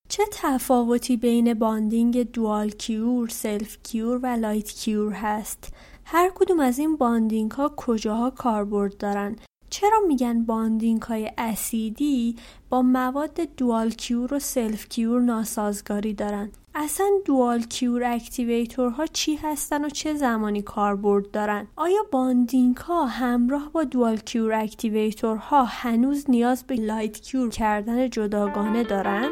چه تفاوتی بین باندینگ دوال کیور، سلف کیور و لایت کیور هست؟ هر کدوم از این باندینگ ها کجاها کاربرد دارن؟ چرا میگن باندینگ های اسیدی با مواد دوال کیور و سلف کیور ناسازگاری دارن؟ اصلا دوال کیور اکتیویتورها چی هستن و چه زمانی کاربرد دارن؟ آیا باندینگ ها همراه با دوال کیور اکتیویتورها هنوز نیاز به لایت کیور کردن جداگانه دارن؟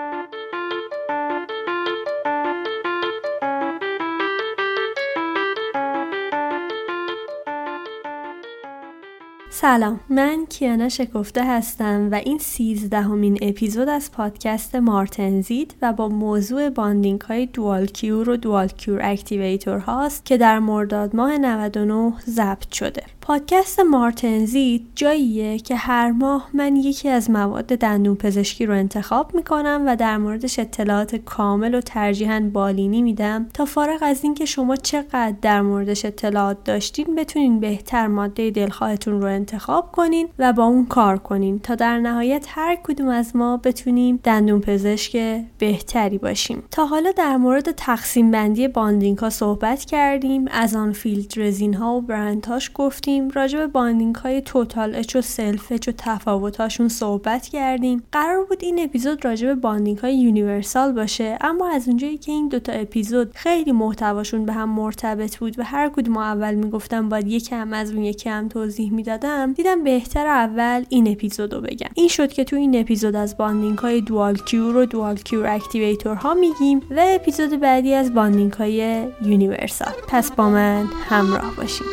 سلام، من کیانا شکفته هستم و این 13مین اپیزود از پادکست مارتنزید و با موضوع باندینگ های دوال کیور و دوال کیور اکتیویتور هاست که در مرداد ماه 99 ضبط شده. پادکست مارتنزید جاییه که هر ماه من یکی از مواد دندون پزشکی رو انتخاب میکنم و در موردش اطلاعات کامل و ترجیحاً بالینی میدم تا فارغ از این که شما چقدر در موردش اطلاعات داشتین بتونین بهتر ماده دلخواهتون رو انتخاب کنین و با اون کار کنین تا در نهایت هر کدوم از ما بتونیم دندون پزشک بهتری باشیم. تا حالا در مورد تقسیم بندی باندینگ ها صحبت کردیم، از آن فیلد رزین ها و برندهاش گفتیم، راجع به باندینگ های توتال اچ و سلف اچ و تفاوتاشون صحبت کردیم. قرار بود این اپیزود راجع به باندینگ های یونیورسال باشه، اما از اونجایی که این دوتا اپیزود خیلی محتواشون به هم مرتبط بود و هر کدوم اول میگفتم باید یکم از اون یکم توضیح میدادم، دیدم بهتر اول این اپیزودو بگم. این شد که تو این اپیزود از باندینگ های دوال کیور و دوال کیور اکتیویتور ها میگیم و اپیزود بعدی از باندینگ های یونیورسال. پس با من همراه باشید.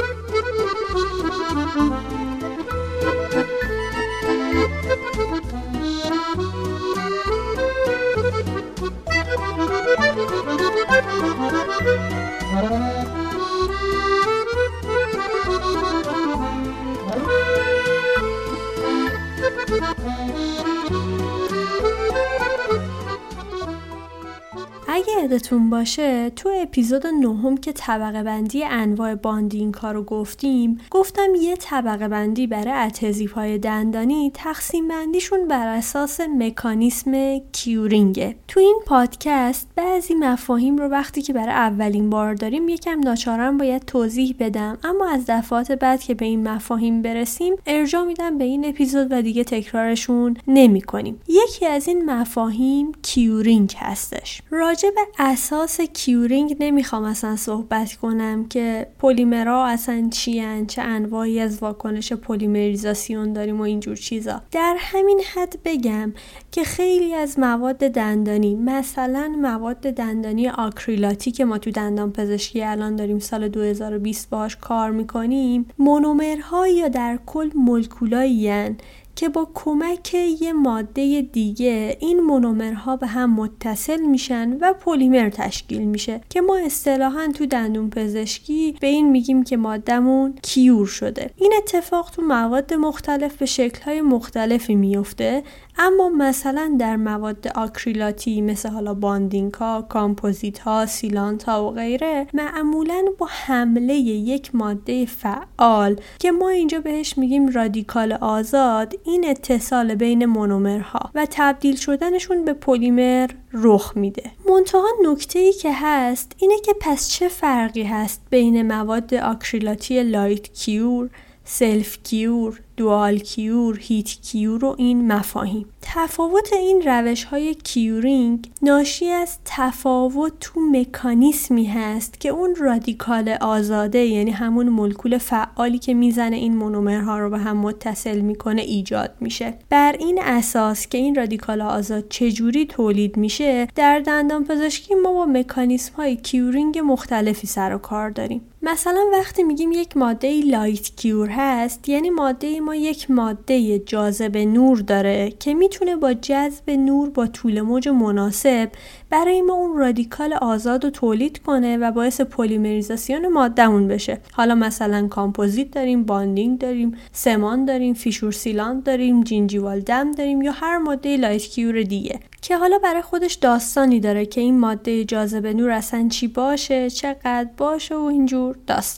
اگه یادتون باشه تو اپیزود 9 که طبقه بندی انواع باندینگ ها رو گفتم یه طبقه بندی برای ادهزیو های دندانی تقسیم بندیشون بر اساس مکانیسم کیورینگه. تو این پادکست بعضی مفاهیم رو وقتی که برای اولین بار داریم یکم ناچارم باید توضیح بدم، اما از دفعات بعد که به این مفاهیم برسیم ارجاع میدم به این اپیزود و دیگه تکرارشون نمی کنیم. یکی از این مفاهیم کیورینگ هستش. راجع به اساس کیورینگ نمیخوام اصلا صحبت کنم که پلیمرها اصلا چی هن، چه انواعی از واکنش پلیمریزاسیون داریم و اینجور چیزا. در همین حد بگم که خیلی از مواد دندانی، مثلا مواد دندانی آکریلاتی که ما تو دندان پزشکی الان داریم سال 2020 باهاش کار میکنیم، مونومرها یا در کل مولکولایی هن که با کمک یه ماده دیگه این مونومرها به هم متصل میشن و پلیمر تشکیل میشه که ما اصطلاحاً تو دندون پزشکی به این میگیم که مادهمون کیور شده. این اتفاق تو مواد مختلف به شکل‌های مختلفی میفته، اما مثلا در مواد آکریلاتی مثل حالا باندینگ ها، کامپوزیت ها، سیلانت ها و غیره معمولاً با حمله یک ماده فعال که ما اینجا بهش میگیم رادیکال آزاد این اتصال بین مونومرها و تبدیل شدنشون به پلیمر رخ میده. منتها نکته‌ای که هست اینه که پس چه فرقی هست بین مواد آکریلاتی لایت کیور، سلف کیور، دوال کیور، هیت کیور و این مفاهیم؟ تفاوت این روش های کیورینگ ناشی از تفاوت تو مکانیسمی هست که اون رادیکال آزاده، یعنی همون مولکول فعالی که میزنه این مونومرها رو به هم متصل میکنه ایجاد میشه. بر این اساس که این رادیکال آزاد چجوری تولید میشه، در دندان پزشکی ما با مکانیسم های کیورینگ مختلفی سر و کار داریم. مثلا وقتی میگیم یک ماده لایت کیور هست، یعنی ماده ما یک ماده جاذب نور داره که میتونه با جذب نور با طول موج مناسب برای ما اون رادیکال آزاد رو تولید کنه و باعث پلیمریزاسیون مادهمون بشه. حالا مثلا کامپوزیت داریم، باندینگ داریم، سمان داریم، فیشور سیلانت داریم، جینجیوال دم داریم یا هر ماده لایت کیور دیگه که حالا برای خودش داستانی داره که این ماده جاذب نور اصلا چی باشه، چقدر باشه و اینجور داستانا.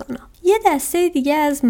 یه دسته دیگه از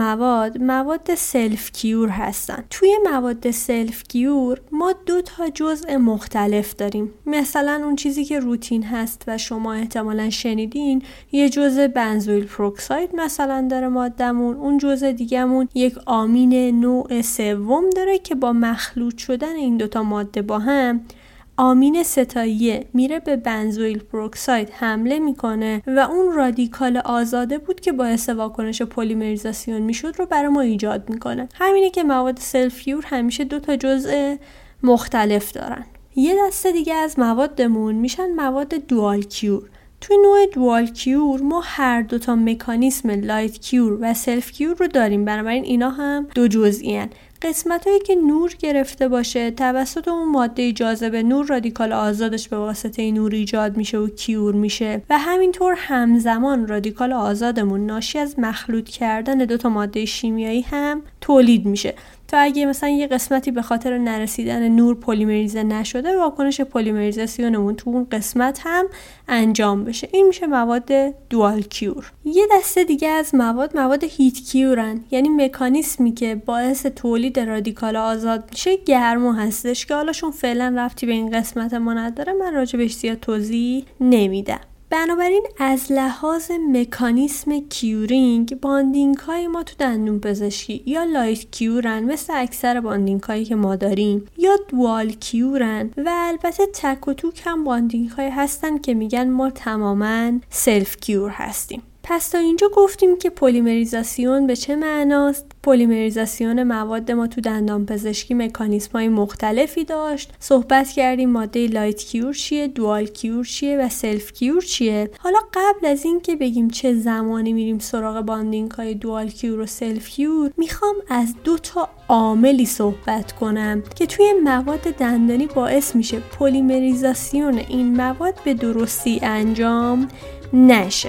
مواد سلف کیور هستن. توی مواد سلف کیور ما 2 جزء مختلف داریم. مثلا اون چیزی که روتین هست و شما احتمالاً شنیدین، یه جزء بنزوئیل پروکساید مثلا داره مادهمون، اون جزء دیگه‌مون یک آمین نوع سوم داره که با مخلوط شدن این 2 ماده با هم آمین ستاییه میره به بنزوئیل پروکساید حمله میکنه و اون رادیکال آزاده بود که باعث واکنش پلیمریزاسیون میشد رو برای ما ایجاد میکنه. همینه که مواد سلف کیور همیشه 2 جزء مختلف دارن. یه دسته دیگه از موادمون میشن مواد دوال کیور. توی نوع دوال کیور ما هر 2 مکانیسم لایت کیور و سلف کیور رو داریم، بنابراین اینا هم 2 جزئی ان. قسمتایی که نور گرفته باشه توسط اون ماده جاذب نور رادیکال آزادش به واسطه نور ایجاد میشه و کیور میشه و همینطور همزمان رادیکال آزادمون ناشی از مخلوط کردن 2 ماده شیمیایی هم تولید میشه تا اگه مثلا یه قسمتی به خاطر نرسیدن نور پلیمریزه نشده واکنش پلیمریزاسیونمون تو اون قسمت هم انجام بشه. این میشه مواد دوال کیور. یه دسته دیگه از مواد هیت کیورن، یعنی مکانیسمی که باعث تولید رادیکال آزاد میشه گرما هستش که حالاشون فعلا ربطی به این قسمت ما نداره، من راجبش زیاد توضیح نمیدم. بنابراین از لحاظ مکانیسم کیورینگ باندینگ های ما تو دندون پزشکی یا لایت کیورن مثل اکثر باندینگ هایی که ما داریم یا دوال کیورن و البته تک و توک هم باندینگ های هستن که میگن ما تماما سلف کیور هستیم. پس تا اینجا گفتیم که پلیمریزاسیون به چه معناست. پلیمریزاسیون مواد ما تو دندان پزشکی مکانیزم‌های مختلفی داشت. صحبت کردیم ماده لایت کیور چیه، دوال کیور چیه و سلف کیور چیه. حالا قبل از این که بگیم چه زمانی میریم سراغ باندینگ‌های دوال کیور و سلف کیور، میخوام از 2 عاملی صحبت کنم که توی مواد دندانی باعث میشه پلیمریزاسیون این مواد به درستی انجام نشه.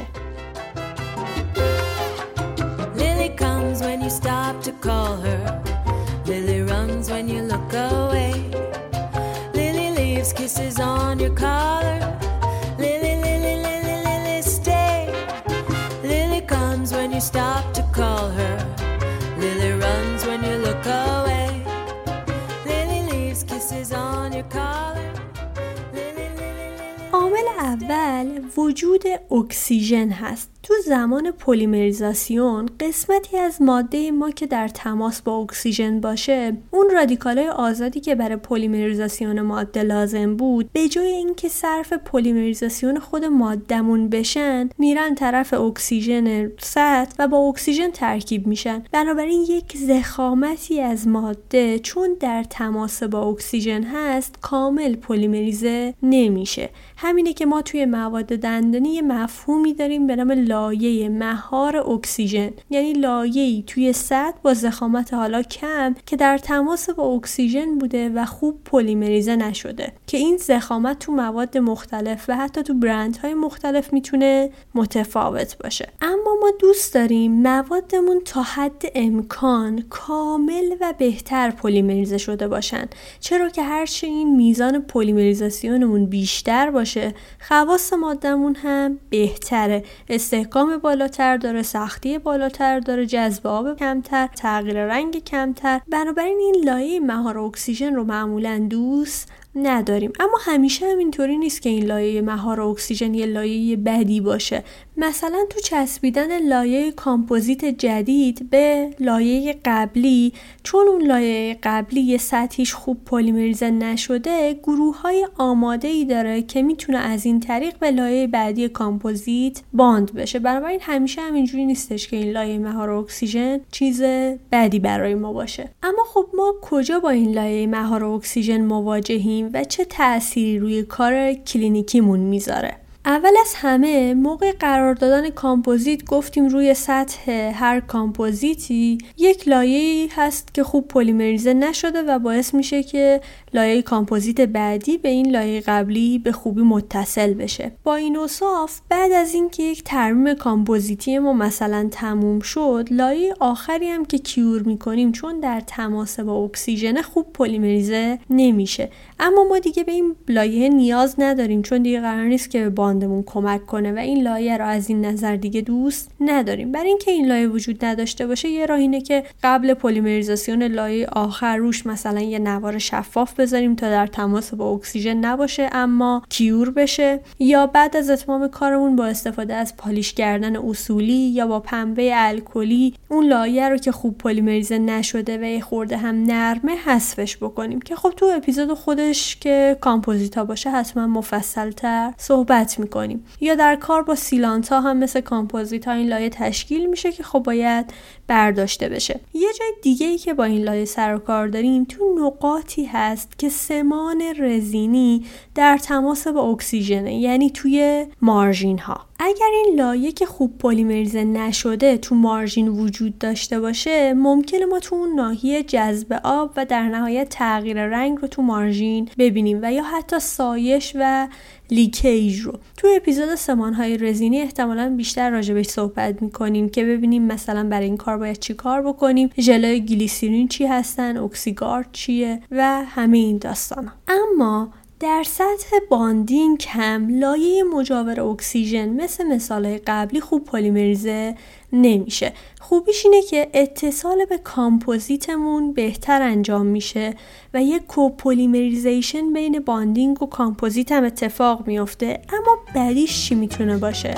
When you stop to call her, Lily runs when you look away. Lily leaves kisses on your collar. Lily, Lily, Lily, Lily, stay. Lily comes when you stop to call her. Lily runs when you look away. Lily leaves kisses on your collar. Lily, Lily, Lily. عامل اول وجود اکسیژن هست. تو زمان پلیمریزاسیون قسمتی از ماده ما که در تماس با اکسیژن باشه، اون رادیکالای آزادی که برای پلیمریزاسیون ماده لازم بود به جای اینکه صرف پلیمریزاسیون خود مادهمون بشن میرن طرف اکسیژن سطح و با اکسیژن ترکیب میشن. بنابراین یک ضخامتی از ماده چون در تماس با اکسیژن هست کامل پلیمریزه نمیشه. همینه که ما توی مواد دندانی یه مفهومی داریم به نام لایه مهار اکسیژن، یعنی لایه‌ای توی سطح با ضخامت حالا کم که در تماس با اکسیژن بوده و خوب پلیمریزه نشده که این ضخامت تو مواد مختلف و حتی تو برندهای مختلف میتونه متفاوت باشه. اما ما دوست داریم موادمون تا حد امکان کامل و بهتر پلیمریزه شده باشن، چرا که هرچه این میزان پلیمریزاسیونمون بیشتر باشه خواص مادهمون هم بهتره، استحکام بالاتر داره، سختی بالاتر داره، جذب آب کمتر، تغییر رنگ کمتر. بنابراین این لایه مهار اکسیژن رو معمولاً دوست نداریم. اما همیشه هم اینطوری نیست که این لایه مهار اکسیژن یه لایه بدی باشه. مثلا تو چسبیدن لایه کامپوزیت جدید به لایه قبلی، چون اون لایه قبلی یه سطحیش خوب پلیمریزه نشده، گروه‌های آماده‌ای داره که میتونه از این طریق به لایه بعدی کامپوزیت باند بشه. بنابراین همیشه هم اینجوری نیستش که این لایه مهار اکسیژن چیز بدی برای ما باشه. اما خب ما کجا با این لایه مهار اکسیژن مواجهیم و چه تأثیری روی کار کلینیکیمون میذاره؟ اول از همه موقع قرار دادن کامپوزیت گفتیم روی سطح هر کامپوزیتی یک لایه‌ای هست که خوب پلیمریزه نشده و باعث میشه که لایه کامپوزیت بعدی به این لایه قبلی به خوبی متصل بشه. با این اوصاف بعد از اینکه یک ترمیم کامپوزیتی ما مثلا تموم شد، لایه آخری هم که کیور میکنیم چون در تماس با اکسیژن خوب پلیمریزه نمیشه. اما ما دیگه به این لایه نیاز نداریم چون دیگه قرار نیست که به بازماندمون کمک کنه و این لایه رو از این نظر دیگه دوست نداریم. برای اینکه این لایه وجود نداشته باشه یه راه اینه که قبل پلیمریزاسیون لایه آخر روش مثلا یه نوار شفاف بذاریم تا در تماس با اکسیژن نباشه اما کیور بشه، یا بعد از اتمام کارمون با استفاده از پالیش کردن اصولی یا با پنبه الکلی اون لایه رو که خوب پلیمریزه نشده و یه خورده هم نرمه حذفش بکنیم که خب تو اپیزود خودش که کامپوزیتا باشه حتما مفصل‌تر صحبت میکنیم. یا در کار با سیلانتا هم مثل کامپوزیتا این لایه تشکیل میشه که خب باید برداشته بشه. یه جای دیگه ای که با این لایه سر و کار داریم تو نقاطی هست که سمان رزینی در تماس با اکسیژنه، یعنی توی مارژین ها. اگر این لایه که خوب پلیمریزه نشده تو مارژین وجود داشته باشه ممکنه ما تو اون ناحیه جذب آب و در نهایت تغییر رنگ رو تو مارژین ببینیم و یا حتی سایش و لیکیج رو. تو اپیزود سمانهای رزینی احتمالاً بیشتر راجبش صحبت میکنیم که ببینیم مثلا برای این کار باید چی کار بکنیم، ژلای گلیسرین چی هستن، اکسیگارد چیه و همه این داستانا. اما در سطح باندینگ هم لایه مجاور اکسیژن مثل مثالهای قبلی خوب پلیمریزه نمیشه. خوبیش اینه که اتصال به کامپوزیتمون بهتر انجام میشه و یک کوپولیمریزیشن بین باندینگ و کامپوزیت هم اتفاق میفته. اما بدیش چی میتونه باشه؟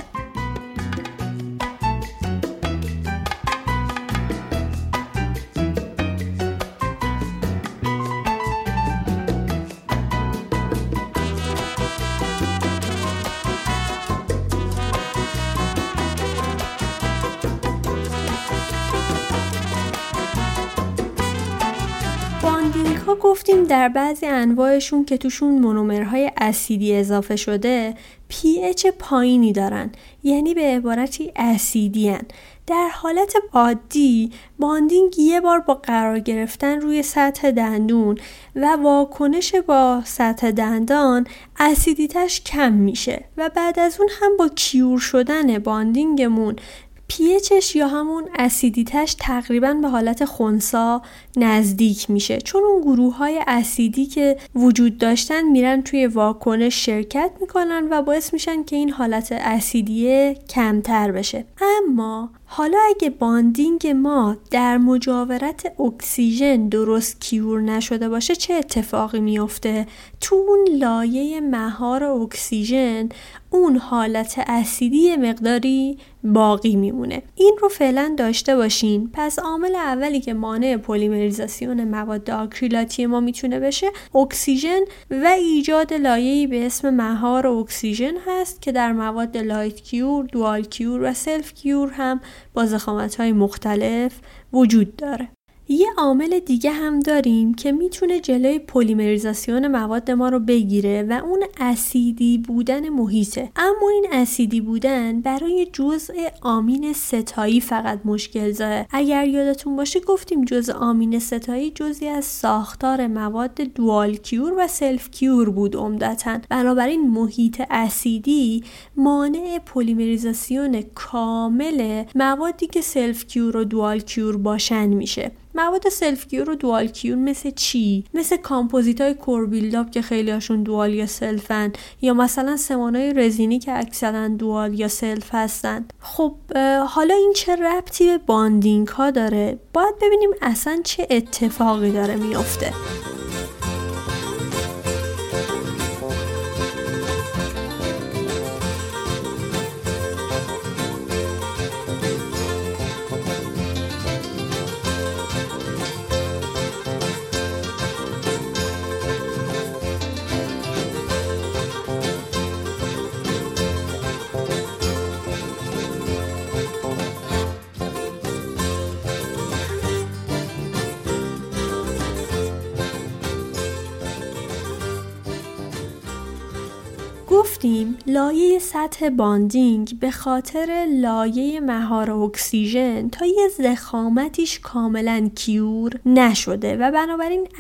گفتیم در بعضی انواعشون که توشون مونومرهای اسیدی اضافه شده pH پایینی دارن، یعنی به عبارتی اسیدی هن. در حالت عادی باندینگ یه بار با قرار گرفتن روی سطح دندون و واکنش با سطح دندان اسیدیتش کم میشه و بعد از اون هم با کیور شدن باندینگمون پی‌اچش یا همون اسیدیتش تقریباً به حالت خنثی نزدیک میشه، چون اون گروه‌های اسیدی که وجود داشتن میرن توی واکنش شرکت میکنن و باعث میشن که این حالت اسیدیه کمتر بشه. اما حالا اگه باندینگ ما در مجاورت اکسیژن درست کیور نشده باشه چه اتفاقی میفته؟ تو اون لایه مهار اکسیژن اون حالت اسیدی مقداری باقی میمونه. این رو فعلا داشته باشین. پس عامل اولی که مانع پلیمریزاسیون مواد آکریلاتی ما میتونه بشه اکسیژن و ایجاد لایه‌ای به اسم مهار اکسیژن هست که در مواد لایت کیور، دوال کیور و سلف کیور هم با ضخامت‌های مختلف وجود داره. یه عامل دیگه هم داریم که میتونه جلوی پلیمریزاسیون مواد ما رو بگیره و اون اسیدی بودن محیطه. اما این اسیدی بودن برای جزء آمین ستایی فقط مشکل داره. اگر یادتون باشه گفتیم جزء آمین ستایی جزئی از ساختار مواد دوال کیور و سلف کیور بود عمدتاً. بنابراین محیط اسیدی مانع پلیمریزاسیون کامل موادی که سلف کیور و دوال کیور باشن میشه. مواد سلف کیور و دوال کیور مثل چی؟ مثل کامپوزیتای کور بیلداپ که خیلی هاشون دوال یا سلفن، یا مثلا سمانای رزینی که اکثرا دوال یا سلف هستن. خب حالا این چه ربطی به باندینگ ها داره؟ باید ببینیم اصلا چه اتفاقی داره میفته. گفتیم لایه سطح باندینگ به خاطر لایه مهار اکسیژن تا یه ضخامتیش کاملا کیور نشده و بنابراین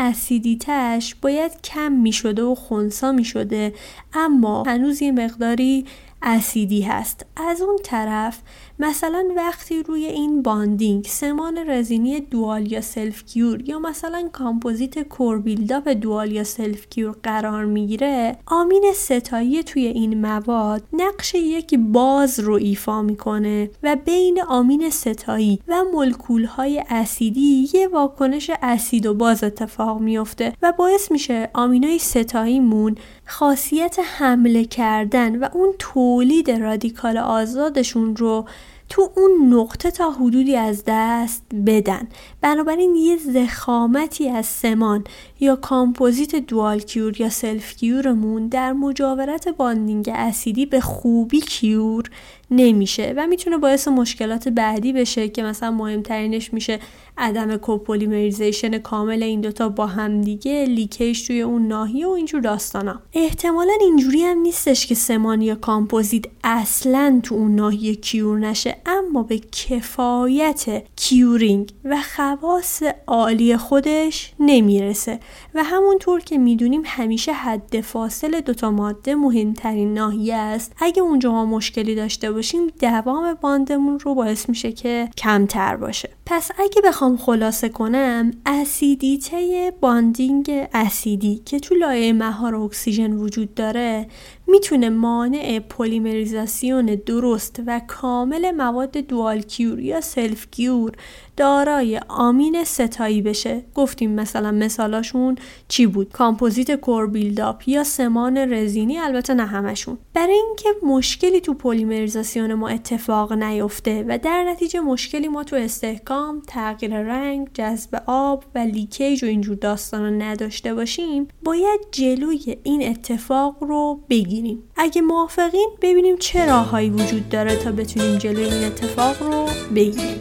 اسیدیتش باید کم می شده و خنثی می شده، اما هنوز یه مقداری اسیدی هست. از اون طرف مثلا وقتی روی این باندینگ سمان رزینی دوال یا سلف کیور یا مثلا کامپوزیت کور بیلداپ دوال یا سلف کیور قرار میگیره، آمین ستایی توی این مواد نقش یک باز رو ایفا میکنه و بین آمین ستایی و مولکول‌های اسیدی یه واکنش اسید و باز اتفاق میفته و باعث میشه آمینای ستاییمون خاصیت حمله کردن و اون تولید رادیکال آزادشون رو تو اون نقطه تا حدودی از دست بدن. بنابراین یه ضخامتی از سمان یا کامپوزیت دوال کیور یا سلف کیورمون در مجاورت باندینگ اسیدی به خوبی کیور نمیشه و میتونه باعث مشکلات بعدی بشه که مثلا مهمترینش میشه عدم کوپولیمریزیشن کامل این دوتا با هم دیگه، لیکیج توی اون ناحیه و اینجور داستانا. احتمالاً اینجوری هم نیستش که سمان یا کامپوزیت اصلاً تو اون ناحیه کیور نشه، اما به کفایت کیورینگ و خواص عالی خودش نمیرسه و همونطور که میدونیم همیشه حد فاصل دوتا ماده مهمترین ناحیه است. اگه اونجا ما مشکلی داشته باشیم دوام باندمون رو باعث میشه که کمتر باشه. پس اگه بخوام خلاصه کنم، اسیدیته باندینگ اسیدی که تو لایه مهار اکسیژن وجود داره میتونه مانع پلیمریزاسیون درست و کامل مواد دوال کیور یا سلف کیور دارای آمین ستایی بشه. گفتیم مثلا مثالاشون چی بود؟ کامپوزیت کور بیلداپ یا سمان رزینی، البته نه همشون. برای اینکه مشکلی تو پلیمریزاسیون ما اتفاق نیفته و در نتیجه مشکلی ما تو استحکام، تغییر رنگ، جذب آب و لیکیج و اینجور داستانا نداشته باشیم، باید جلوی این اتفاق رو بگیریم. اگه موافقین ببینیم چه راههایی وجود داره تا بتونیم جلوی این اتفاق رو بگیریم.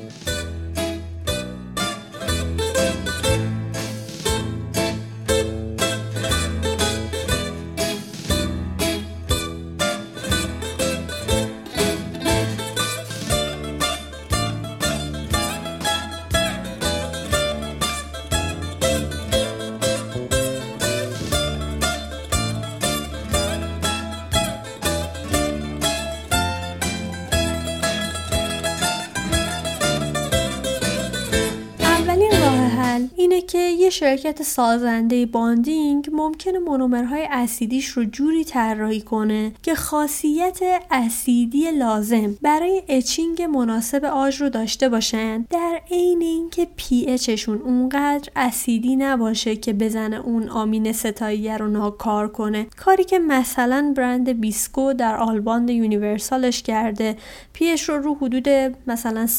اینه که یه شرکت سازنده باندینگ ممکنه مونومرهای اسیدیش رو جوری طراحی کنه که خاصیت اسیدی لازم برای اچینگ مناسب آج رو داشته باشن، در عین اینکه پی اچشون اونقدر اسیدی نباشه که بزنه اون آمین ستایی رو ناکار کنه. کاری که مثلا برند بیسکو در آلباند یونیورسالش کرده، پی اچ رو حدود مثلا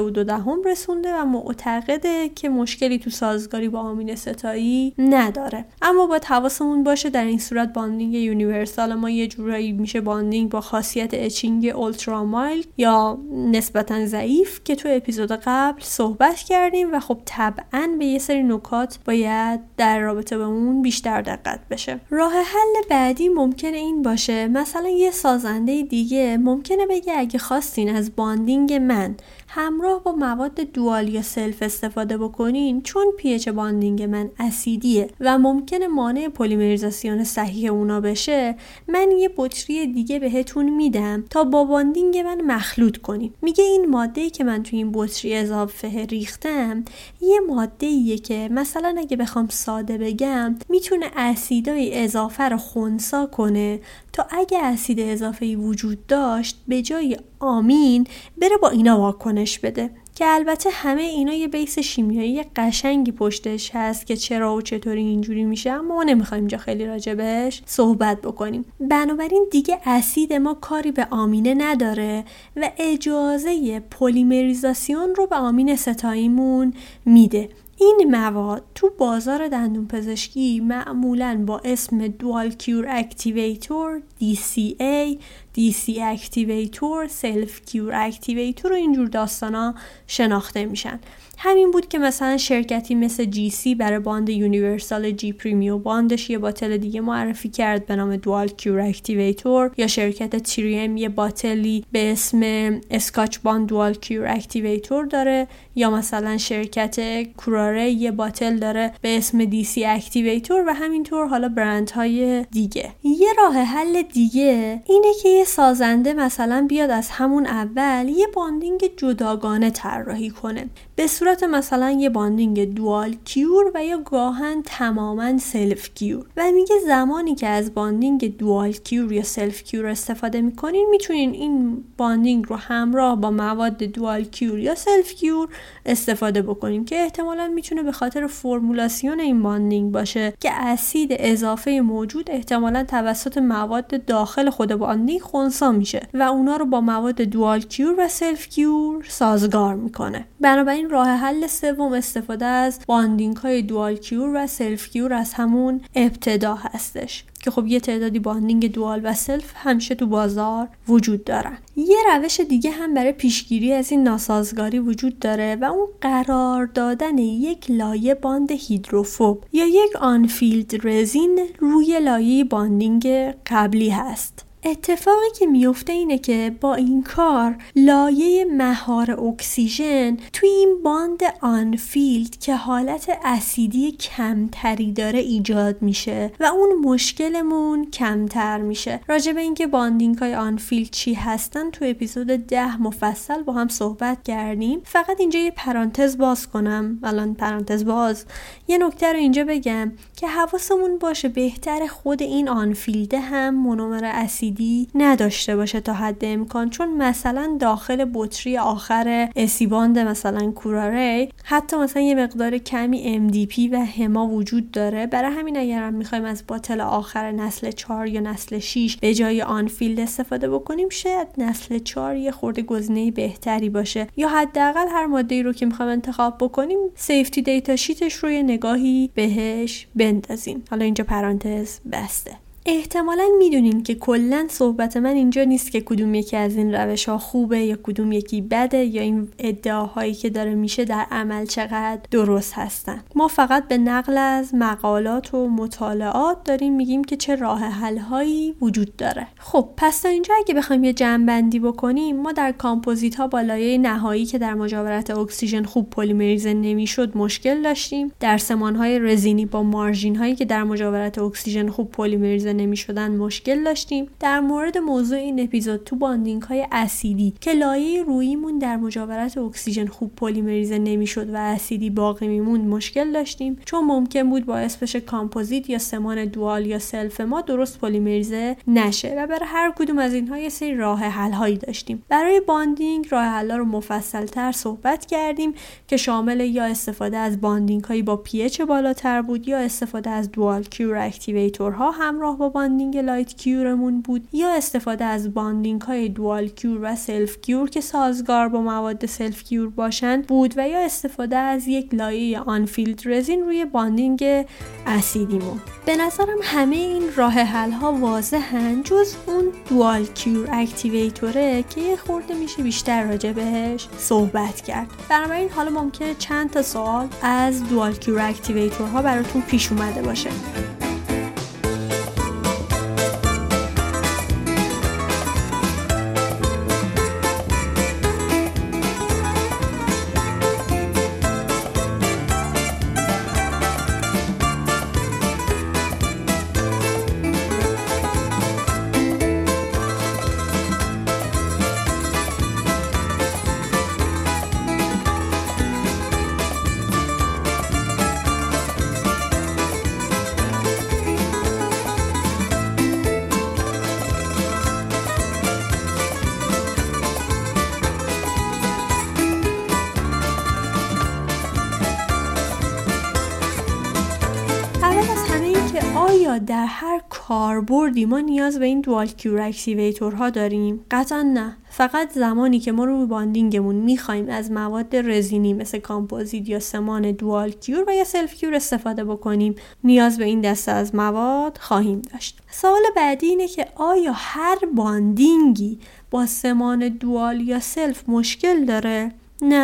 3.2 رسونده و معتقده که مشکلی تو سازگاری با آمین ستایی نداره. اما باید حواسمون باشه در این صورت باندینگ یونیورسال ما یه جورایی میشه باندینگ با خاصیت اچینگ اولترا مایلد یا نسبتا ضعیف که تو اپیزود قبل صحبت کردیم و خب طبعاً به یه سری نکات باید در رابطه با اون بیشتر دقت بشه. راه حل بعدی ممکنه این باشه، مثلا یه سازنده دیگه ممکنه بگه اگه خواستین از باندینگ من همراه با مواد دوال یا سلف استفاده بکنین، چون پی اچ باندینگ من اسیدیه و ممکنه مانع پلیمریزاسیون صحیح اونا بشه، من یه بطری دیگه بهتون میدم تا با باندینگ من مخلوط کنین. میگه این ماده‌ای که من توی این بطری اضافه ریختم یه ماده‌ایه که مثلا اگه بخوام ساده بگم میتونه اسیدای اضافه رو خنثی کنه تا اگه اسید اضافه‌ای وجود داشت به جای آمین بره با اینا واکنش بده، که البته همه اینا یه بیس شیمیایی قشنگی پشتش هست که چرا و چطوری اینجوری میشه، اما ما نمیخوایم اینجا خیلی راجبش صحبت بکنیم. بنابراین دیگه اسید ما کاری به آمینه نداره و اجازه پلیمریزاسیون رو به آمین ستاییمون میده. این مواد تو بازار دندون پزشکی معمولاً با اسم دوال کیور اکتیویتور، DCA، DC اکتیویتور، سلف کیور اکتیویتور و اینجور داستانا شناخته میشن. همین بود که مثلا شرکتی مثل GC برای باند یونیورسال جی پریمیو باندش یه باتل دیگه معرفی کرد به نام دوال کیور اکتیویتور، یا شرکت تریم یه باتلی به اسم اسکاچ باند دوال کیور اکتیویتور داره، یا مثلا شرکت کوراره یه باتل داره به اسم DC اکتیویتور و همینطور حالا برندهای دیگه. یه راه حل دیگه اینه که اگه سازنده مثلا بیاد از همون اول یه باندینگ جداگانه طراحی کنه به صورت مثلا یه باندینگ دوال کیور و یا گاهن تماما سلف کیور و میگه زمانی که از باندینگ دوال کیور یا سلف کیور استفاده میکنین میتونین این باندینگ رو همراه با مواد دوال کیور یا سلف کیور استفاده بکنین که احتمالاً میتونه به خاطر فرمولاسیون این باندینگ باشه که اسید اضافه موجود احتمالاً توسط مواد داخل خود باندینگ خنثی میشه و اونا رو با مواد دوال کیور و سلف کیور سازگار میکنه. بنابراین راه حل سوم استفاده از باندینگ های دوال کیور و سلف کیور از همون ابتدا هستش که خب یه تعدادی باندینگ دوال و سلف همیشه تو بازار وجود دارن. یه روش دیگه هم برای پیشگیری از این ناسازگاری وجود داره و اون قرار دادن یک لایه باند هیدروفوب یا یک آنفیلد رزین روی لایه باندینگ قبلی هست. اتفاقی که میفته اینه که با این کار لایه مهار اکسیژن توی این باند آنفیلد که حالت اسیدی کمتری داره ایجاد میشه و اون مشکلمون کمتر میشه. راجع به اینکه باندینگ های آنفیلد چی هستن تو اپیزود 10 مفصل با هم صحبت کردیم. فقط اینجا یه پرانتز باز کنم، الان پرانتز باز، یه نکته رو اینجا بگم که حواسمون باشه بهتر خود این آنفیلد هم مونومر اسیدی نداشته باشه تا حد امکان، چون مثلا داخل بطری آخر اسیباند مثلا کوراره حتی مثلا یه مقدار کمی MDP و هما وجود داره. برای همین اگر هم میخوایم از باتل آخر نسل 4 یا نسل 6 به جای آنفیلد استفاده بکنیم شاید نسل 4 یه خورده گزینه بهتری باشه یا حداقل هر ماده‌ای رو که میخوایم انتخاب بکنیم سیفتی دیتا شیتش رو یه نگاهی بهش بندازیم. حالا اینجا پرانتز بسته. احتمالاً میدونین که کلاً صحبت من اینجا نیست که کدوم یکی از این روش‌ها خوبه یا کدوم یکی بده یا این ادعاهایی که داره میشه در عمل چقدر درست هستن. ما فقط به نقل از مقالات و مطالعات داریم میگیم که چه راه حل‌هایی وجود داره. خب پس تا اینجا اگه بخوایم یه جمع‌بندی بکنیم، ما در کامپوزیت ها با لایه نهایی که در مجاورت اکسیژن خوب پلیمریزه نمیشد مشکل داشتیم. در سمان‌های رزینی با مارژین هایی که در مجاورت اکسیژن خوب پلیمریزه نمیشدن مشکل داشتیم. در مورد موضوع این اپیزود تو باندینگ های اسیدی که لایه روییمون در مجاورت اکسیژن خوب پلیمریزه نمیشد و اسیدی باقی میموند مشکل داشتیم، چون ممکن بود باعث بشه کامپوزیت یا سمان دوال یا سلف ما درست پلیمریزه نشه و برای هر کدوم از اینها یه سری راه حل هایی داشتیم. برای باندینگ راه حل ها رو مفصل تر صحبت کردیم که شامل یا استفاده از باندینگ هایی با pH بالاتر بود یا استفاده از دوال کیور اکتیویتورها همراه با باندینگ لایت کیورمون بود یا استفاده از باندینگ های دوال کیور و سلف کیور که سازگار با مواد سلف کیور باشن بود و یا استفاده از یک لایه آنفیلد رزین روی باندینگ اسیدیمون. به نظرم همه این راه حل ها واضحن جز اون دوال کیور اکتیویتوره که یه خورده میشه بیشتر راجع بهش صحبت کرد. بنابراین حالا ممکنه چند تا سوال از دوال کیور اکتیویتورها براتون پیش اومده باشه. آیا در هر کاربردی ما نیاز به این دوال کیور اکتیویتورها داریم؟ قطعا نه. فقط زمانی که ما روی باندینگمون میخوایم از مواد رزینی مثل کامپوزیت یا سمان دوال کیور و یا سلف کیور استفاده بکنیم نیاز به این دسته از مواد خواهیم داشت. سوال بعدی اینه که آیا هر باندینگی با سمان دوال یا سلف مشکل داره؟ نه.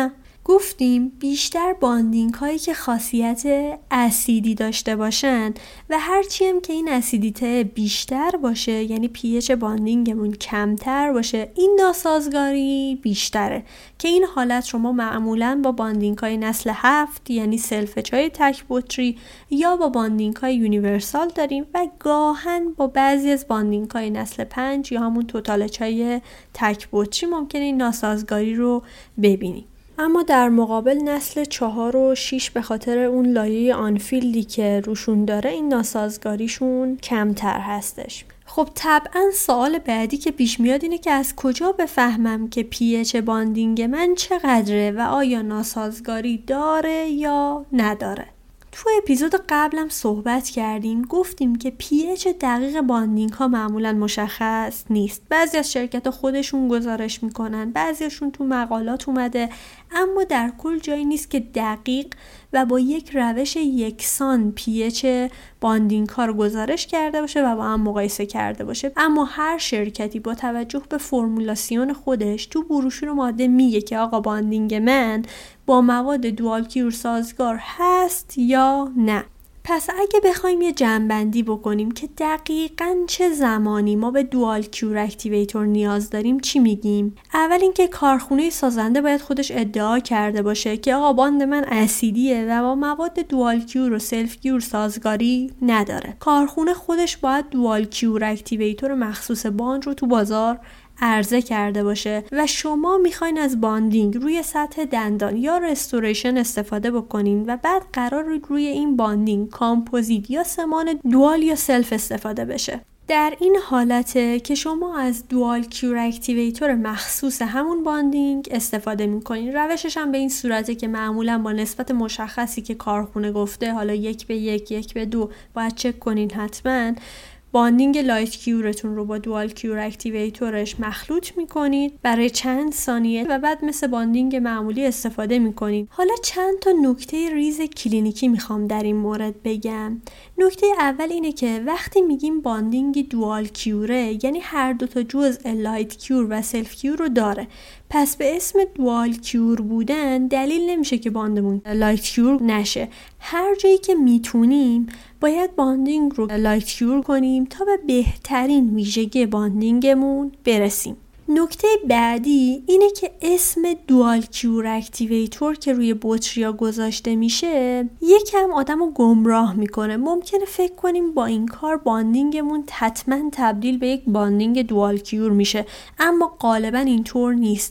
گفتیم بیشتر باندینگ هایی که خاصیت اسیدی داشته باشن و هرچی هم که این اسیدیته بیشتر باشه، یعنی pH باندینگمون کمتر باشه، این ناسازگاری بیشتره که این حالت شما معمولاً با باندینگ های نسل 7 یعنی سلفچ های تک بطری یا با باندینگ های یونیورسال داریم و گاهن با بعضی از باندینگ های نسل 5 یا همون توتالچ های تک بطری ممکنه این ناسازگاری رو ببینیم. اما در مقابل نسل 4 و 6 به خاطر اون لایه آنفیلدی که روشون داره این ناسازگاریشون کمتر هستش. خب طبعا سوال بعدی که پیش میاد اینه که از کجا بفهمم که pH باندینگ من چقدره و آیا ناسازگاری داره یا نداره؟ تو اپیزود قبلم صحبت کردیم، گفتیم که pH دقیق باندینگ ها معمولا مشخص نیست. بعضی از شرکت خودشون گزارش میکنن، بعضیشون تو مقالات اومده، اما در کل جایی نیست که دقیق و با یک روش یکسان pH باندینگ ها رو گزارش کرده باشه و با هم مقایسه کرده باشه. اما هر شرکتی با توجه به فرمولاسیون خودش تو بروشور ماده میگه که آقا باندینگ من با مواد دوال کیور سازگار هست یا نه. پس اگه بخوایم یه جمع‌بندی بکنیم که دقیقاً چه زمانی ما به دوال کیور اکتیویتور نیاز داریم، چی میگیم؟ اول اینکه کارخونه سازنده باید خودش ادعا کرده باشه که آقا باند من اسیدیه و با مواد دوال کیور و سلف کیور سازگاری نداره. کارخونه خودش باید دوال کیور اکتیویتور مخصوص باند رو تو بازار عرضه کرده باشه و شما میخواین از باندینگ روی سطح دندان یا رستوریشن استفاده بکنین و بعد قرار روی این باندینگ کامپوزیت یا سمان دوال یا سلف استفاده بشه. در این حالته که شما از دوال کیور اکتیویتور مخصوص همون باندینگ استفاده میکنین. روشش هم به این صورته که معمولا با نسبت مشخصی که کارخونه گفته، حالا 1:1 1:2 باید چک کنین حتما، باندینگ لایت کیورتون رو با دوال کیور اکتیویتورش مخلوط میکنید برای چند ثانیه و بعد مثل باندینگ معمولی استفاده میکنید. حالا چند تا نکته ریز کلینیکی میخوام در این مورد بگم. نکته اول اینه که وقتی میگیم باندینگ دوال کیوره، یعنی هر دو تا جزء لایت کیور و سلف کیور رو داره. پس به اسم دوال کیور بودن دلیل نمیشه که باندمون لایت کیور نشه. هر جایی که میتونیم باید باندینگ رو لایت کیور کنیم تا به بهترین ویژگی باندینگمون برسیم. نکته بعدی اینه که اسم دوال کیور اکتیویتور که روی بطریا گذاشته میشه یکم آدمو گمراه میکنه. ممکنه فکر کنیم با این کار باندینگمون حتما تبدیل به یک باندینگ دوال کیور میشه، اما غالبا اینطور نیست.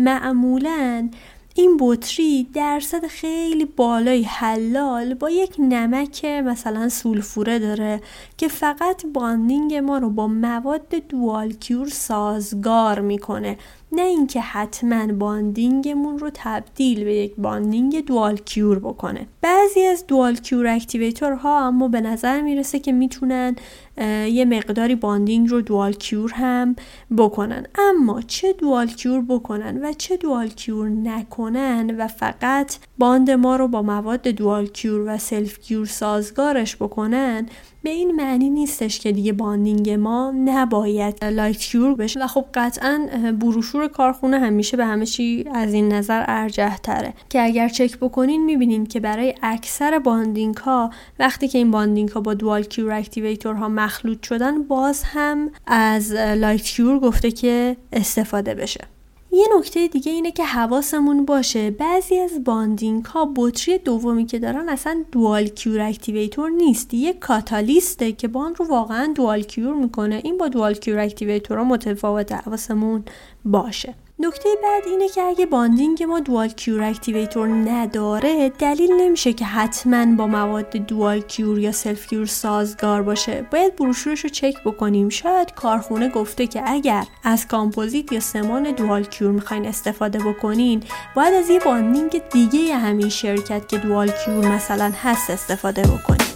معمولاً این بطری درصد خیلی بالای حلال با یک نمک مثلا سولفوره داره که فقط باندینگ ما رو با مواد دوال کیور سازگار میکنه، نه اینکه حتما باندینگمون رو تبدیل به یک باندینگ دوال کیور بکنه. بعضی از دوال کیور اکتیویتورها اما به نظر میرسه که میتونن یه مقداری باندینگ رو دوال کیور هم بکنن، اما چه دوال کیور بکنن و چه دوال کیور نکنن و فقط باند ما رو با مواد دوال کیور و سلف کیور سازگارش بکنن به این معنی نیستش که دیگه باندینگ ما نباید لایت کیور بشه. و خب قطعاً بروشور کارخونه همیشه به همه چی از این نظر ارجح تره که اگر چک بکنین میبینین که برای اکثر باندینگ ها وقتی که این باندینگ ها با دوال کیور اکتیویتور ها مخلوط شدن باز هم از لایت کیور گفته که استفاده بشه. یه نکته دیگه اینه که حواسمون باشه بعضی از باندینگ ها بطری دومی که دارن اصلا دوال کیور اکتیویتور نیست، یه کاتالیسته که باند رو واقعا دوال کیور میکنه. این با دوال کیور اکتیویتور ها متفاوته، حواسمون باشه. نکته بعد اینه که اگه باندینگ ما دوال کیور اکتیویتور نداره دلیل نمیشه که حتما با مواد دوال کیور یا سلف کیور سازگار باشه. باید بروشورش رو چک بکنیم. شاید کارخونه گفته که اگر از کامپوزیت یا سمان دوال کیور میخواین استفاده بکنین باید از یه باندینگ دیگه همین شرکت که دوال کیور مثلا هست استفاده بکنین.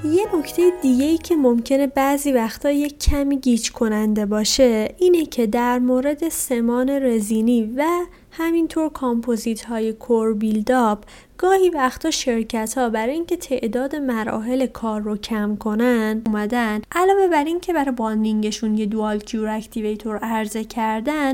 یه نکته دیگه‌ای که ممکنه بعضی وقتا یک کمی گیج کننده باشه اینه که در مورد سمان رزینی و همینطور کامپوزیت های کور بیلداپ گاهی وقتا شرکت ها برای اینکه تعداد مراحل کار رو کم کنن اومدن علاوه بر این که برای باندینگشون یه دوال کیور اکتیویتور عرضه کردن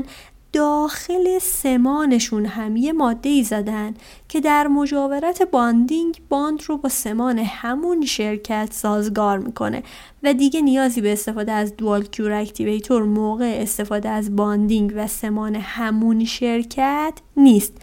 داخل سمانشون هم یه ماده‌ای زدن که در مجاورت باندینگ باند رو با سمان همون شرکت سازگار میکنه و دیگه نیازی به استفاده از دوال کیور اکتیویتور موقع استفاده از باندینگ و سمان همون شرکت نیست.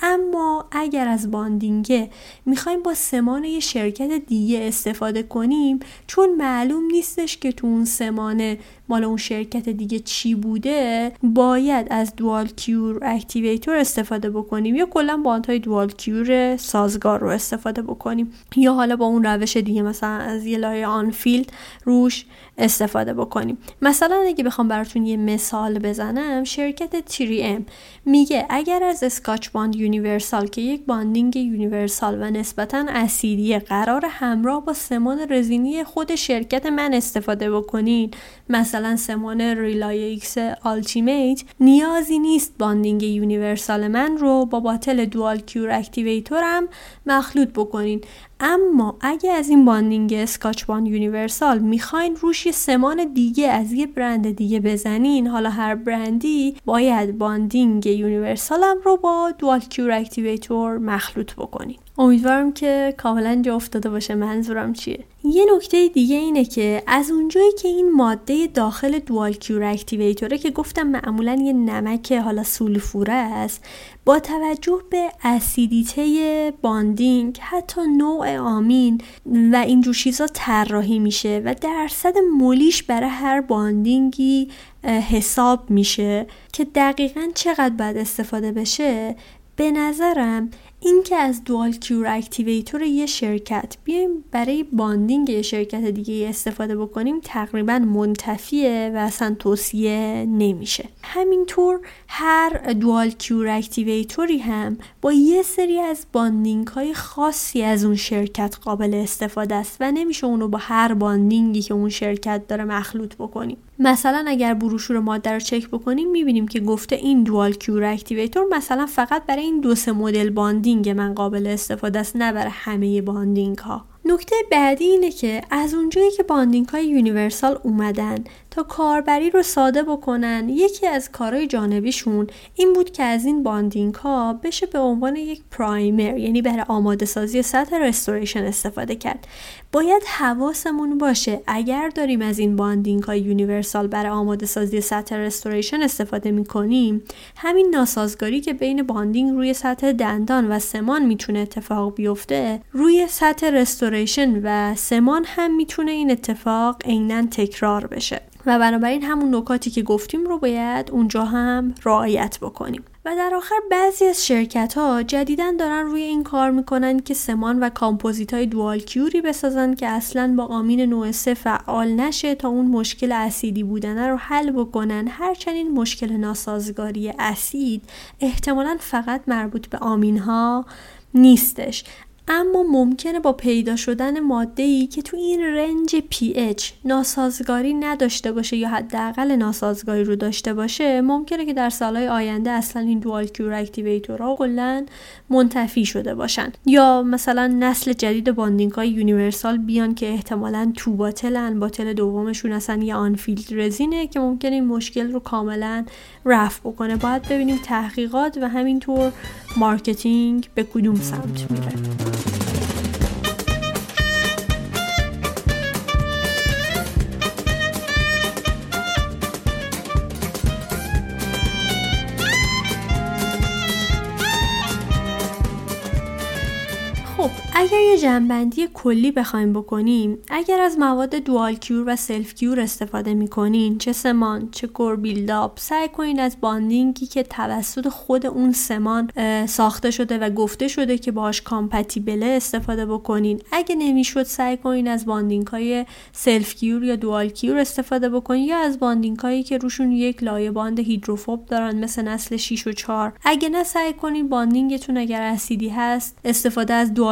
اما اگر از باندینگ میخوایم با سمان یه شرکت دیگه استفاده کنیم چون معلوم نیستش که تو اون سمان مال اون شرکت دیگه چی بوده باید از دوال کیور اکتیویتور استفاده بکنیم یا کلا باندهای دوال کیور سازگار رو استفاده بکنیم یا حالا با اون روش دیگه مثلا از یه لایه آنفیلد روش استفاده بکنیم. مثلا اگه بخوام براتون یه مثال بزنم شرکت 3M میگه اگر از اسکاچ باند یونیورسال که یک باندینگ یونیورسال و نسبتاً اسیدیه قرار همراه با سمان رزینی خود شرکت من استفاده بکنین مثلا سمان ریلای ایکس آلتیمیت نیازی نیست باندینگ یونیورسال من رو با باتل دوال کیور اکتیویتورم مخلوط بکنین. اما اگه از این باندینگ اسکاچ باند یونیورسال میخواین روش یه سمان دیگه از یه برند دیگه بزنین حالا هر برندی باید باندینگ یونیورسال هم رو با دوال کیور اکتیویتور مخلوط بکنین. امیدوارم که کاملا جا افتاده باشه منظورم چیه. یه نکته دیگه اینه که از اونجایی که این ماده داخل دوال کیور اکتیویتوره که گفتم معمولا یه نمک حالا سولفوره است با توجه به اسیدیته باندینگ حتی نوع آمین و اینجور چیزا طراحی میشه و درصد مولیش برای هر باندینگی حساب میشه که دقیقاً چقدر باید استفاده بشه. به نظرم این که از دوال کیور اکتیویتور یه شرکت بیایم برای باندینگ یه شرکت دیگه استفاده بکنیم تقریبا منتفیه و اصلا توصیه نمیشه. همینطور هر دوال کیور اکتیویتوری هم با یه سری از باندینگ های خاصی از اون شرکت قابل استفاده است و نمیشه اونو با هر باندینگی که اون شرکت داره مخلوط بکنیم. مثلا اگر بروشور ماده رو چک بکنیم میبینیم که گفته این دوال کیور اکتیویتور مثلا فقط برای این 2-3 مدل باندینگ من قابل استفاده است نه برای همه باندینگ ها. نکته بعدی اینه که از اونجایی که باندینگ های یونیورسال اومدن تا کاربری رو ساده بکنن یکی از کارهای جانبیشون این بود که از این باندینگ ها بشه به عنوان یک پرایمر یعنی برای آماده سازی سطح رستوریشن استفاده کرد. باید حواسمون باشه اگر داریم از این باندینگ های یونیورسال برای آماده سازی سطح رستوریشن استفاده میکنیم همین ناسازگاری که بین باندینگ روی سطح دندان و سمان میتونه اتفاق بیفته روی سطح رستوریشن و سمان هم میتونه این اتفاق عیناً تکرار بشه و بنابراین همون نکاتی که گفتیم رو باید اونجا هم رعایت بکنیم. و در آخر بعضی از شرکت‌ها جدیداً دارن روی این کار میکنن که سمان و کامپوزیت‌های دوال کیوری بسازن که اصلاً با آمین نوع 3 فعال نشه تا اون مشکل اسیدی بودن رو حل بکنن. هرچند این مشکل ناسازگاری اسید احتمالاً فقط مربوط به آمین‌ها نیستش اما ممکنه با پیدا شدن ماده‌ای که تو این رنج pH ناسازگاری نداشته باشه یا حداقل ناسازگاری رو داشته باشه ممکنه که در سالهای آینده اصلا این دوال کیور اکتیویتورها کلاً منتفی شده باشن یا مثلا نسل جدید باندینگ‌های یونیورسال بیان که احتمالاً تو باتل دومشون اصلا یه آنفیلد رزینه که ممکنه این مشکل رو کاملاً رفع بکنه. باید ببینیم تحقیقات و همینطور مارکتینگ به کدوم سمت میره. اگر یه جنبندی کلی بخوایم بکنیم اگر از مواد دوال کیور و سلف کیور استفاده میکنین چه سمان چه کور بیلداپ سعی کنین از باندینگی که توسط خود اون سمان ساخته شده و گفته شده که باهاش کامپتیبله استفاده بکنین. اگه نمیشد سعی کنین از باندینگ های سلف کیور یا دوال کیور استفاده بکنین یا از باندینگ هایی که روشون یک لایه باند هیدروفوب دارن مثل نسل 6 و 4. اگه نه سعی کنین باندینگتون اگر اسیدی هست استفاده از دوال کیور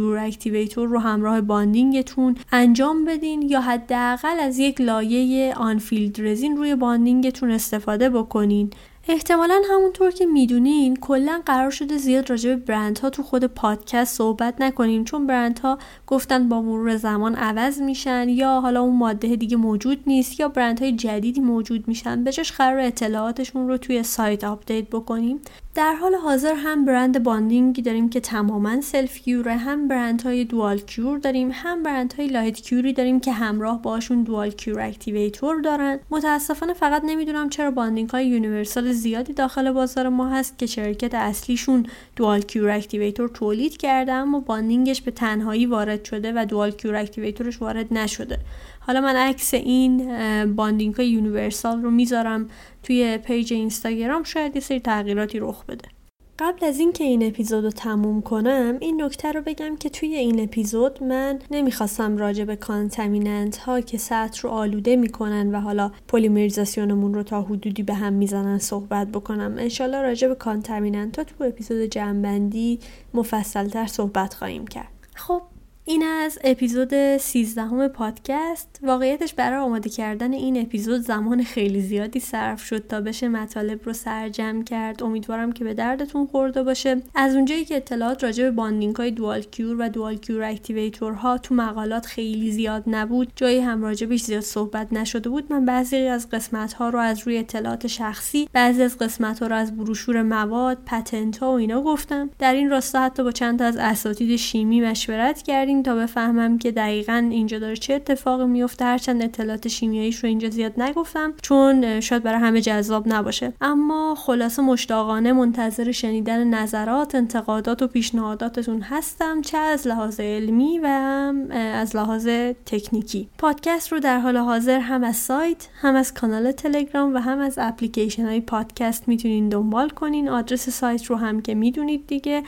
کیور اکتیویتور رو همراه باندینگتون انجام بدین یا حداقل از یک لایه آنفیلد رزین روی باندینگتون استفاده بکنین. احتمالاً همونطور که میدونین کلاً قرار شده زیاد راجع به برندها تو خود پادکست صحبت نکنیم، چون برندها گفتن با مرور زمان عوض میشن یا حالا اون ماده دیگه موجود نیست یا برندهای جدیدی موجود میشن، به جاش قرار اطلاعاتشون رو توی سایت آپدیت بکنیم. در حال حاضر هم برند باندینگی داریم که تماماً سلف کیوره، هم برندهای دوال کیور داریم، هم برندهای لایت کیوری داریم که همراه باشون دوال کیور اکتیویتور دارن. متاسفانه فقط نمیدونم چرا باندینگ‌های یونیورسال زیادی داخل بازار ما هست که شرکت اصلیشون دوال کیور اکتیویتور تولید کرده اما باندینگش به تنهایی وارد شده و دوال کیور اکتیویتورش وارد نشده. حالا من عکس این باندینگ‌های یونیورسال رو میذارم توی پیج اینستاگرام، شاید یه سری تغییراتی رخ بده. قبل از این که این اپیزود رو تموم کنم این نکته رو بگم که توی این اپیزود من نمیخواستم راجع به کانتامیننت ها که سطح رو آلوده میکنن و حالا پلیمریزاسیونمون رو تا حدودی به هم میزنن صحبت بکنم. انشالله راجع به کانتامیننت ها تو اپیزود جمع‌بندی مفصل‌تر صحبت خواهیم کرد. خب این از اپیزود 13 پادکست. واقعیتش برای آماده کردن این اپیزود زمان خیلی زیادی صرف شد تا بشه مطالب رو سرجم کرد. امیدوارم که به دردتون خورده باشه. از اونجایی که اطلاعات راجع به باندینگ‌های دوال کیور و دوال کیور اکتیویتورها تو مقالات خیلی زیاد نبود، جایی هم راجبش زیاد صحبت نشده بود، من بعضی از قسمت‌ها رو از روی اطلاعات شخصی، بعضی از قسمت‌ها رو از بروشور مواد، پتنت‌ها و اینا گفتم. در این راستا حتی با چند تا از اساتید شیمی مشورت کردیم تا بفهمم که دقیقاً اینجا داره چه اتفاقی میفته. هرچند اطلاعات شیمیاییش رو اینجا زیاد نگفتم چون شاید برای همه جذاب نباشه، اما خلاصه مشتاقانه منتظر شنیدن نظرات، انتقادات و پیشنهاداتتون هستم، چه از لحاظ علمی و هم از لحاظ تکنیکی. پادکست رو در حال حاضر هم از سایت، هم از کانال تلگرام و هم از اپلیکیشن های پادکست میتونین دنبال کنین. آدرس سایت رو هم که میدونید دیگه،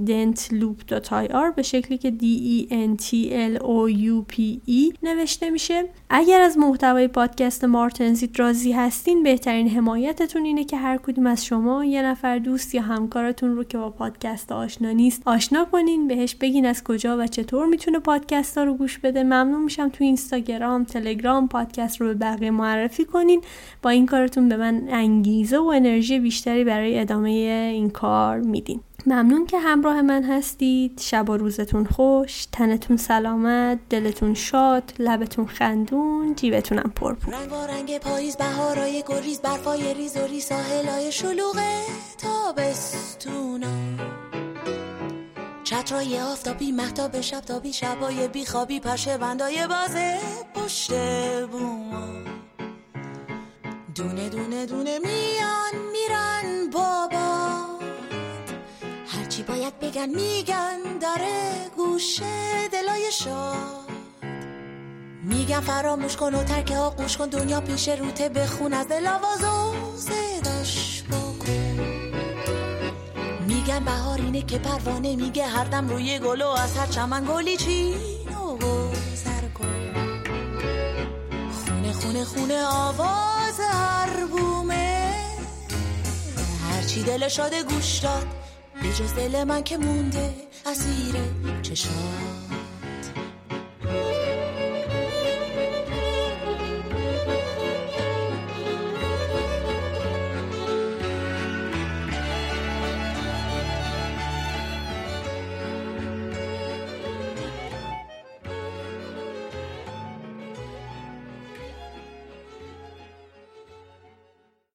dentloop.ir به شکلی که DENTLOUPE نوشته میشه. اگر از محتوای پادکست مارتنزیت راضی هستین، بهترین حمایتتون اینه که هر کدوم از شما یه نفر دوست یا همکارتون رو که با پادکست آشنا نیست آشنا کنین، بهش بگین از کجا و چطور میتونه پادکست ها رو گوش بده. ممنون میشم تو اینستاگرام، تلگرام پادکست رو به بقیه معرفی کنین. با این کارتون به من انگیزه و انرژی بیشتری برای ادامه این کار میدین. ممنون که همراه من هستید. شب و روزتون خوش، تنتون سلامت، دلتون شاد، لبتون خندون، جیبتونم پرپور. رنگ و رنگ پاییز، بهارای گریز، برفای ریز و ریز، ساحلای شلوغ تابستونا، چترای آفتابی، مهتاب شبتابی، شبای بیخوابی، پشه بندای بازه پشت بوما، دونه دونه دونه میان میرن بابا، هرچی باید بگن میگن، داره گوشه دلای شاد، میگن فراموش کن و ترک آغوش کن، دنیا پیش روته، بخون از دل آواز و صداش بکن، میگن بهار اینه که پروانه میگه هر دم روی گل و از هر چمن گلی چین و گذر کن، خونه خونه خونه آواز هر بومه، هرچی دل شاده گوش داد، به جز دل من که مونده اسیر چشام.